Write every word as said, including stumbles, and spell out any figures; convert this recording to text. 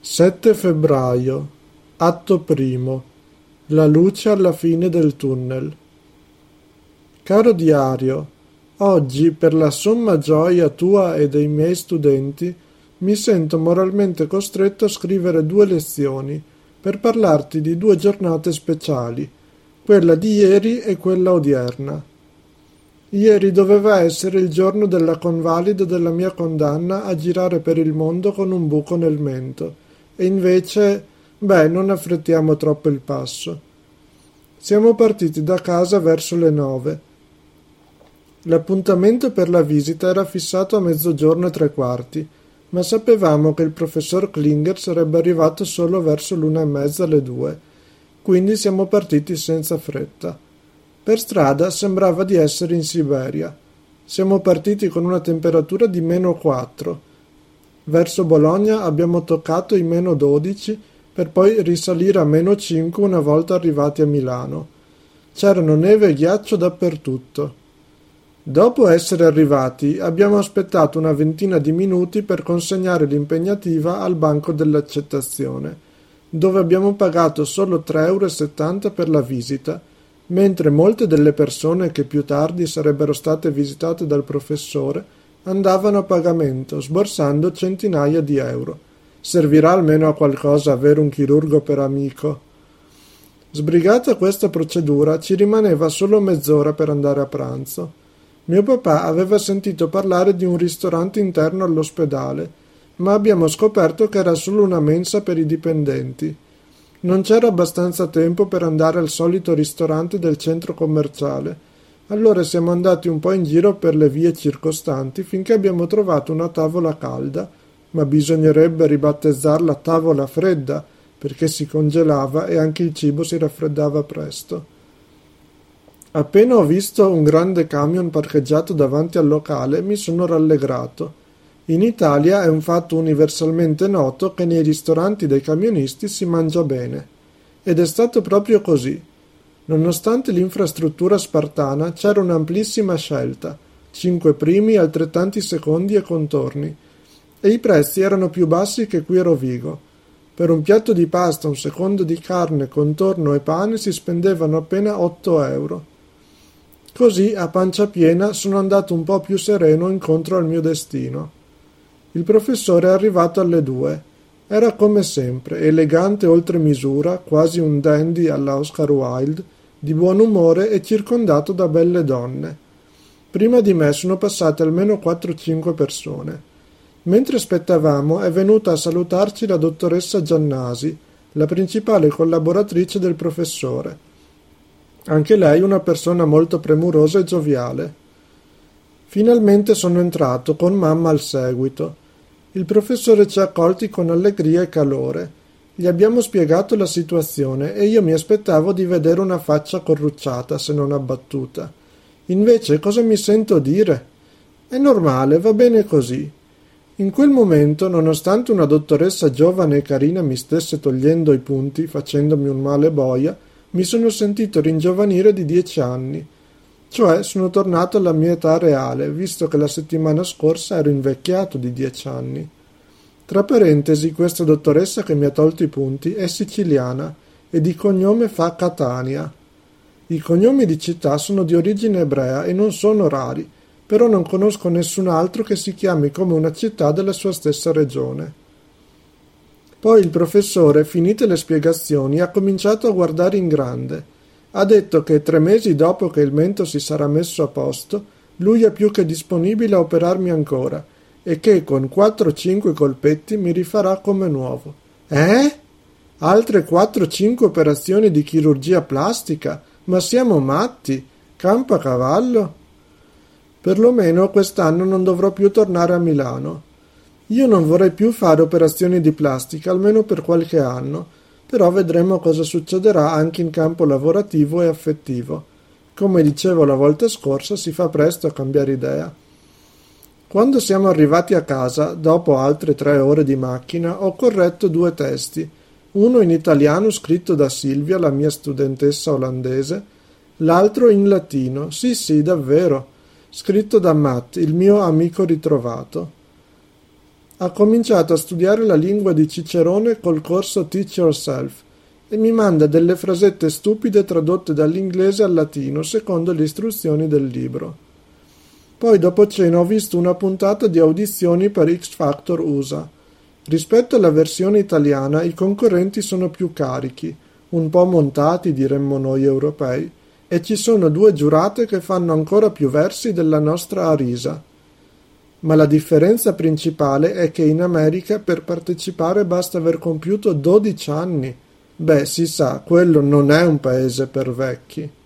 sette febbraio, atto primo. La luce alla fine del tunnel. Caro diario, oggi, per la somma gioia tua e dei miei studenti, mi sento moralmente costretto a scrivere due lezioni per parlarti di due giornate speciali, quella di ieri e quella odierna. Ieri doveva essere il giorno della convalida della mia condanna a girare per il mondo con un buco nel mento, e invece, beh, non affrettiamo troppo il passo. Siamo partiti da casa verso le nove. L'appuntamento per la visita era fissato a mezzogiorno e tre quarti, ma sapevamo che il professor Klinger sarebbe arrivato solo verso l'una e mezza alle due, quindi siamo partiti senza fretta. Per strada sembrava di essere in Siberia. Siamo partiti con una temperatura di meno quattro. Verso Bologna abbiamo toccato i meno dodici per poi risalire a meno cinque una volta arrivati a Milano. C'erano neve e ghiaccio dappertutto. Dopo essere arrivati abbiamo aspettato una ventina di minuti per consegnare l'impegnativa al banco dell'accettazione, dove abbiamo pagato solo tre euro e settanta per la visita, mentre molte delle persone che più tardi sarebbero state visitate dal professore andavano a pagamento, sborsando centinaia di euro. Servirà almeno a qualcosa avere un chirurgo per amico. Sbrigata questa procedura, ci rimaneva solo mezz'ora per andare a pranzo. Mio papà aveva sentito parlare di un ristorante interno all'ospedale, ma abbiamo scoperto che era solo una mensa per i dipendenti. Non c'era abbastanza tempo per andare al solito ristorante del centro commerciale. Allora siamo andati un po' in giro per le vie circostanti finché abbiamo trovato una tavola calda, ma bisognerebbe ribattezzarla tavola fredda, perché si congelava e anche il cibo si raffreddava presto. Appena ho visto un grande camion parcheggiato davanti al locale, mi sono rallegrato. In Italia è un fatto universalmente noto che nei ristoranti dei camionisti si mangia bene. Ed è stato proprio così. Nonostante l'infrastruttura spartana, c'era un'amplissima scelta, cinque primi, altrettanti secondi e contorni, e i prezzi erano più bassi che qui a Rovigo. Per un piatto di pasta, un secondo di carne, contorno e pane si spendevano appena otto euro. Così, a pancia piena, sono andato un po' più sereno incontro al mio destino. Il professore è arrivato alle due. Era come sempre, elegante oltre misura, quasi un dandy alla Oscar Wilde, di buon umore e circondato da belle donne. Prima di me sono passate almeno quattro o cinque persone. Mentre aspettavamo è venuta a salutarci la dottoressa Giannasi, la principale collaboratrice del professore. Anche lei una persona molto premurosa e gioviale. Finalmente sono entrato, con mamma al seguito. Il professore ci ha accolti con allegria e calore. Gli abbiamo spiegato la situazione e io mi aspettavo di vedere una faccia corrucciata, se non abbattuta. Invece cosa mi sento dire? È normale, va bene così. In quel momento, nonostante una dottoressa giovane e carina mi stesse togliendo i punti, facendomi un male boia, mi sono sentito ringiovanire di dieci anni. Cioè sono tornato alla mia età reale, visto che la settimana scorsa ero invecchiato di dieci anni. Tra parentesi, questa dottoressa che mi ha tolto i punti è siciliana e di cognome fa Catania. I cognomi di città sono di origine ebrea e non sono rari, però non conosco nessun altro che si chiami come una città della sua stessa regione. Poi il professore, finite le spiegazioni, ha cominciato a guardare in grande. Ha detto che tre mesi dopo che il mento si sarà messo a posto, lui è più che disponibile a operarmi ancora e che con quattro o cinque colpetti mi rifarà come nuovo. Eh? Altre quattro o cinque operazioni di chirurgia plastica? Ma siamo matti? Campo a cavallo? Perlomeno quest'anno non dovrò più tornare a Milano. Io non vorrei più fare operazioni di plastica, almeno per qualche anno, però vedremo cosa succederà anche in campo lavorativo e affettivo. Come dicevo la volta scorsa, si fa presto a cambiare idea. Quando siamo arrivati a casa, dopo altre tre ore di macchina, ho corretto due testi, uno in italiano scritto da Silvia, la mia studentessa olandese, l'altro in latino, sì sì, davvero, scritto da Matt, il mio amico ritrovato. Ha cominciato a studiare la lingua di Cicerone col corso Teach Yourself e mi manda delle frasette stupide tradotte dall'inglese al latino secondo le istruzioni del libro. Poi dopo cena ho visto una puntata di audizioni per X Factor U S A. Rispetto alla versione italiana i concorrenti sono più carichi, un po' montati diremmo noi europei, e ci sono due giurate che fanno ancora più versi della nostra Arisa. Ma la differenza principale è che in America per partecipare basta aver compiuto dodici anni. Beh, si sa, quello non è un paese per vecchi.